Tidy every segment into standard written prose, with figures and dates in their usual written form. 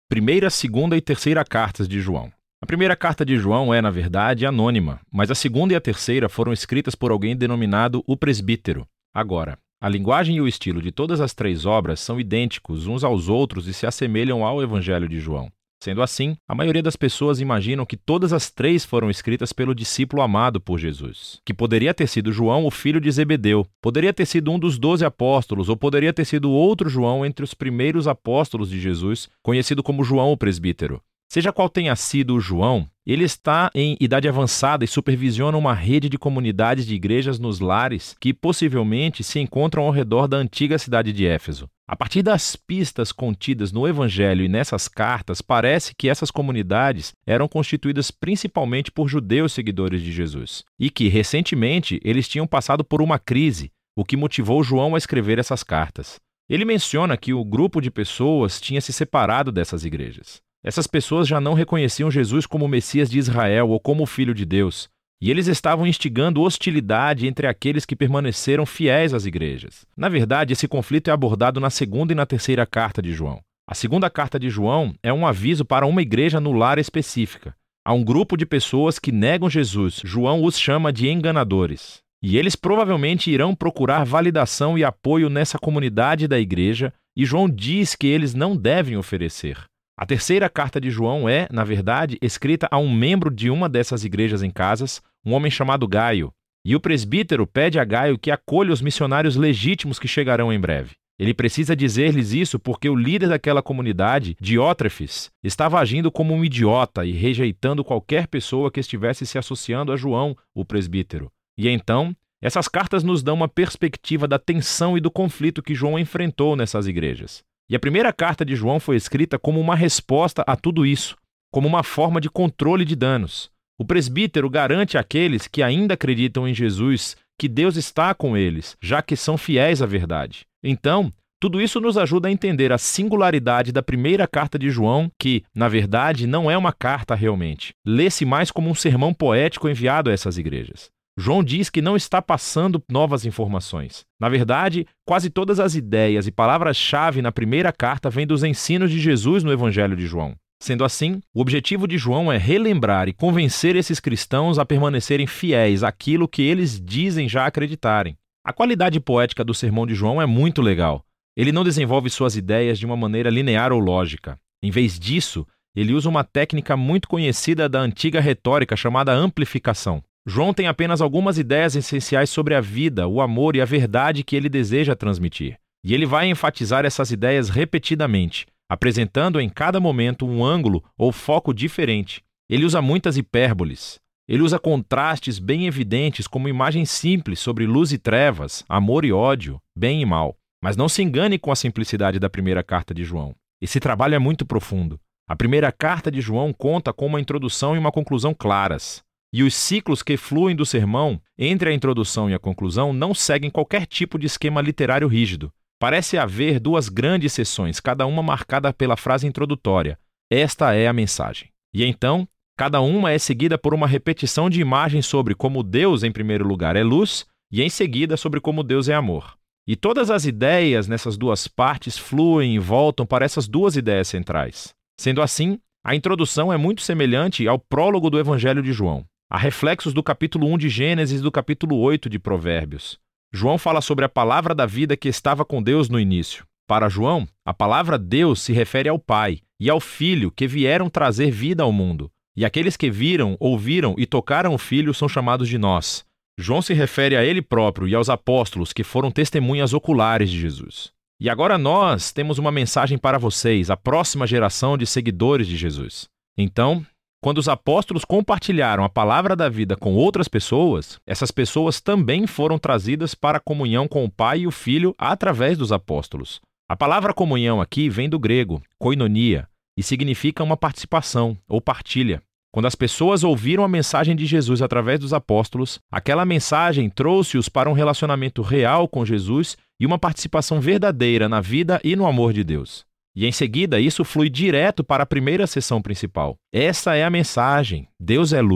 Primeira, segunda e terceira cartas de João. A primeira carta de João é, na verdade, anônima, mas a segunda e a terceira foram escritas por alguém denominado o presbítero. Agora, a linguagem e o estilo de todas as três obras são idênticos uns aos outros e se assemelham ao Evangelho de João. Sendo assim, a maioria das pessoas imaginam que todas as três foram escritas pelo discípulo amado por Jesus, que poderia ter sido João, o filho de Zebedeu, poderia ter sido um dos 12 apóstolos, ou poderia ter sido outro João entre os primeiros apóstolos de Jesus, conhecido como João o presbítero. Seja qual tenha sido o João, ele está em idade avançada e supervisiona uma rede de comunidades de igrejas nos lares que possivelmente se encontram ao redor da antiga cidade de Éfeso. A partir das pistas contidas no Evangelho e nessas cartas, parece que essas comunidades eram constituídas principalmente por judeus seguidores de Jesus e que, recentemente, eles tinham passado por uma crise, o que motivou João a escrever essas cartas. Ele menciona que o grupo de pessoas tinha se separado dessas igrejas. Essas pessoas já não reconheciam Jesus como o Messias de Israel ou como o Filho de Deus, e eles estavam instigando hostilidade entre aqueles que permaneceram fiéis às igrejas. Na verdade, esse conflito é abordado na segunda e na terceira carta de João. A segunda carta de João é um aviso para uma igreja no lar específica. Há um grupo de pessoas que negam Jesus. João os chama de enganadores. E eles provavelmente irão procurar validação e apoio nessa comunidade da igreja, e João diz que eles não devem oferecer. A terceira carta de João é, na verdade, escrita a um membro de uma dessas igrejas em Casas, um homem chamado Gaio. E o presbítero pede a Gaio que acolha os missionários legítimos que chegarão em breve. Ele precisa dizer-lhes isso porque o líder daquela comunidade, Diótrefes, estava agindo como um idiota e rejeitando qualquer pessoa que estivesse se associando a João, o presbítero. E então, essas cartas nos dão uma perspectiva da tensão e do conflito que João enfrentou nessas igrejas. E a primeira carta de João foi escrita como uma resposta a tudo isso, como uma forma de controle de danos. O presbítero garante àqueles que ainda acreditam em Jesus que Deus está com eles, já que são fiéis à verdade. Então, tudo isso nos ajuda a entender a singularidade da primeira carta de João, que, na verdade, não é uma carta realmente. Lê-se mais como um sermão poético enviado a essas igrejas. João diz que não está passando novas informações. Na verdade, quase todas as ideias e palavras-chave na primeira carta vêm dos ensinos de Jesus no Evangelho de João. Sendo assim, o objetivo de João é relembrar e convencer esses cristãos a permanecerem fiéis àquilo que eles dizem já acreditarem. A qualidade poética do sermão de João é muito legal. Ele não desenvolve suas ideias de uma maneira linear ou lógica. Em vez disso, ele usa uma técnica muito conhecida da antiga retórica chamada amplificação. João tem apenas algumas ideias essenciais sobre a vida, o amor e a verdade que ele deseja transmitir. E ele vai enfatizar essas ideias repetidamente, apresentando em cada momento um ângulo ou foco diferente. Ele usa muitas hipérboles. Ele usa contrastes bem evidentes como imagens simples sobre luz e trevas, amor e ódio, bem e mal. Mas não se engane com a simplicidade da primeira carta de João. Esse trabalho é muito profundo. A primeira carta de João conta com uma introdução e uma conclusão claras. E os ciclos que fluem do sermão, entre a introdução e a conclusão, não seguem qualquer tipo de esquema literário rígido. Parece haver duas grandes seções, cada uma marcada pela frase introdutória. Esta é a mensagem. E então, cada uma é seguida por uma repetição de imagens sobre como Deus, em primeiro lugar, é luz, e em seguida sobre como Deus é amor. E todas as ideias nessas duas partes fluem e voltam para essas duas ideias centrais. Sendo assim, a introdução é muito semelhante ao prólogo do Evangelho de João. Há reflexos do capítulo 1 de Gênesis e do capítulo 8 de Provérbios. João fala sobre a palavra da vida que estava com Deus no início. Para João, a palavra Deus se refere ao Pai e ao Filho que vieram trazer vida ao mundo. E aqueles que viram, ouviram e tocaram o Filho são chamados de nós. João se refere a ele próprio e aos apóstolos que foram testemunhas oculares de Jesus. E agora nós temos uma mensagem para vocês, a próxima geração de seguidores de Jesus. Então, quando os apóstolos compartilharam a palavra da vida com outras pessoas, essas pessoas também foram trazidas para a comunhão com o Pai e o Filho através dos apóstolos. A palavra comunhão aqui vem do grego, koinonia, e significa uma participação ou partilha. Quando as pessoas ouviram a mensagem de Jesus através dos apóstolos, aquela mensagem trouxe-os para um relacionamento real com Jesus e uma participação verdadeira na vida e no amor de Deus. E em seguida, isso flui direto para a primeira sessão principal. Essa é a mensagem. Deus é luz.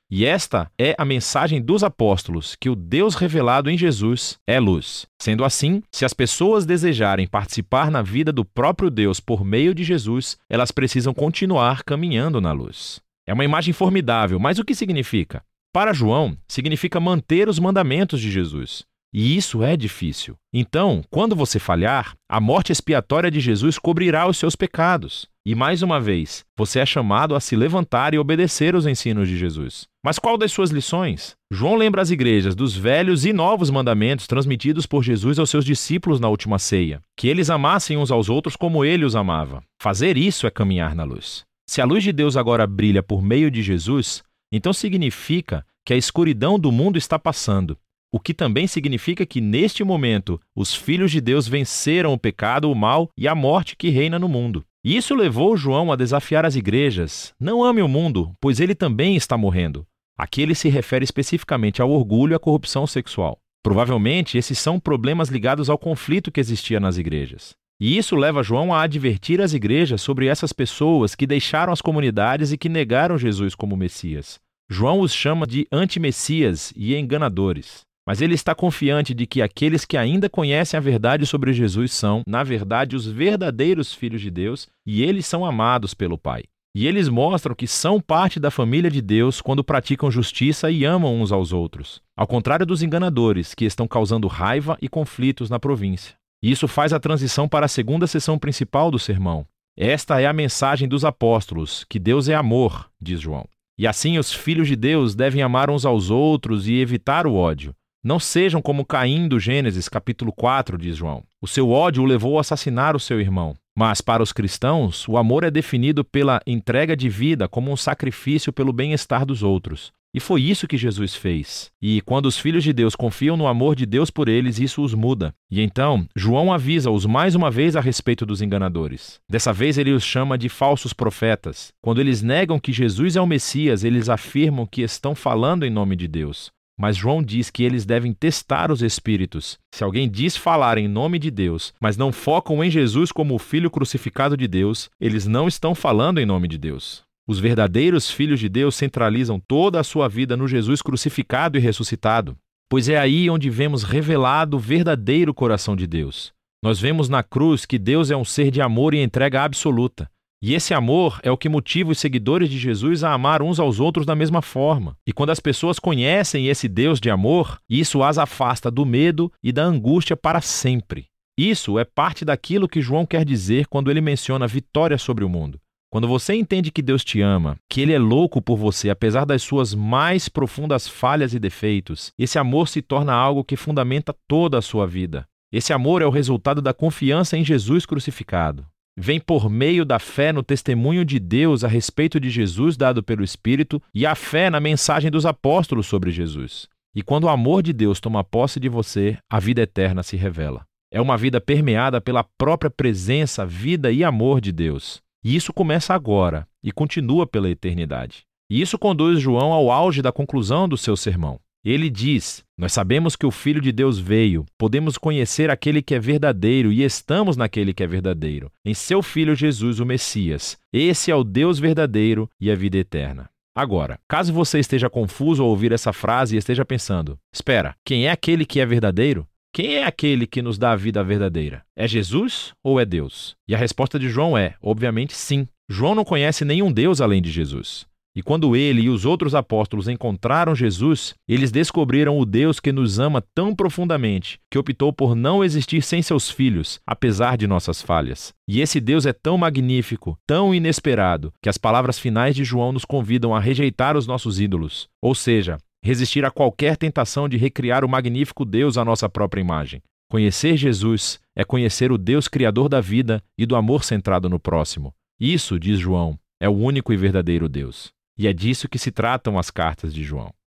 E esta é a mensagem dos apóstolos, que o Deus revelado em Jesus é luz. Sendo assim, se as pessoas desejarem participar na vida do próprio Deus por meio de Jesus, elas precisam continuar caminhando na luz. É uma imagem formidável, mas o que significa? Para João, significa manter os mandamentos de Jesus. E isso é difícil. Então, quando você falhar, a morte expiatória de Jesus cobrirá os seus pecados. E mais uma vez, você é chamado a se levantar e obedecer os ensinos de Jesus. Mas qual das suas lições? João lembra as igrejas dos velhos e novos mandamentos transmitidos por Jesus aos seus discípulos na última ceia, que eles amassem uns aos outros como ele os amava. Fazer isso é caminhar na luz. Se a luz de Deus agora brilha por meio de Jesus, então significa que a escuridão do mundo está passando. O que também significa que, neste momento, os filhos de Deus venceram o pecado, o mal e a morte que reina no mundo. E isso levou João a desafiar as igrejas: não ame o mundo, pois ele também está morrendo. Aqui ele se refere especificamente ao orgulho e à corrupção sexual. Provavelmente, esses são problemas ligados ao conflito que existia nas igrejas. E isso leva João a advertir as igrejas sobre essas pessoas que deixaram as comunidades e que negaram Jesus como Messias. João os chama de antimessias e enganadores. Mas ele está confiante de que aqueles que ainda conhecem a verdade sobre Jesus são, na verdade, os verdadeiros filhos de Deus e eles são amados pelo Pai. E eles mostram que são parte da família de Deus quando praticam justiça e amam uns aos outros. Ao contrário dos enganadores, que estão causando raiva e conflitos na província. E isso faz a transição para a segunda sessão principal do sermão. Esta é a mensagem dos apóstolos, que Deus é amor, diz João. E assim os filhos de Deus devem amar uns aos outros e evitar o ódio. Não sejam como Caim do Gênesis, capítulo 4, diz João. O seu ódio o levou a assassinar o seu irmão. Mas para os cristãos, o amor é definido pela entrega de vida como um sacrifício pelo bem-estar dos outros. E foi isso que Jesus fez. E quando os filhos de Deus confiam no amor de Deus por eles, isso os muda. E então, João avisa-os mais uma vez a respeito dos enganadores. Dessa vez ele os chama de falsos profetas. Quando eles negam que Jesus é o Messias, eles afirmam que estão falando em nome de Deus. Mas João diz que eles devem testar os espíritos. Se alguém diz falar em nome de Deus, mas não focam em Jesus como o Filho crucificado de Deus, eles não estão falando em nome de Deus. Os verdadeiros filhos de Deus centralizam toda a sua vida no Jesus crucificado e ressuscitado, pois é aí onde vemos revelado o verdadeiro coração de Deus. Nós vemos na cruz que Deus é um ser de amor e entrega absoluta. E esse amor é o que motiva os seguidores de Jesus a amar uns aos outros da mesma forma. E quando as pessoas conhecem esse Deus de amor, isso as afasta do medo e da angústia para sempre. Isso é parte daquilo que João quer dizer quando ele menciona vitória sobre o mundo. Quando você entende que Deus te ama, que Ele é louco por você apesar das suas mais profundas falhas e defeitos, esse amor se torna algo que fundamenta toda a sua vida. Esse amor é o resultado da confiança em Jesus crucificado. Vem por meio da fé no testemunho de Deus a respeito de Jesus dado pelo Espírito e a fé na mensagem dos apóstolos sobre Jesus. E quando o amor de Deus toma posse de você, a vida eterna se revela. É uma vida permeada pela própria presença, vida e amor de Deus. E isso começa agora e continua pela eternidade. E isso conduz João ao auge da conclusão do seu sermão. Ele diz: nós sabemos que o Filho de Deus veio, podemos conhecer aquele que é verdadeiro e estamos naquele que é verdadeiro, em seu Filho Jesus, o Messias. Esse é o Deus verdadeiro e a vida eterna. Agora, caso você esteja confuso ao ouvir essa frase e esteja pensando: espera, quem é aquele que é verdadeiro? Quem é aquele que nos dá a vida verdadeira? É Jesus ou é Deus? E a resposta de João é, obviamente, sim. João não conhece nenhum Deus além de Jesus. E quando ele e os outros apóstolos encontraram Jesus, eles descobriram o Deus que nos ama tão profundamente, que optou por não existir sem seus filhos, apesar de nossas falhas. E esse Deus é tão magnífico, tão inesperado, que as palavras finais de João nos convidam a rejeitar os nossos ídolos, ou seja, resistir a qualquer tentação de recriar o magnífico Deus à nossa própria imagem. Conhecer Jesus é conhecer o Deus criador da vida e do amor centrado no próximo. Isso, diz João, é o único e verdadeiro Deus. E é disso que se tratam as cartas de João.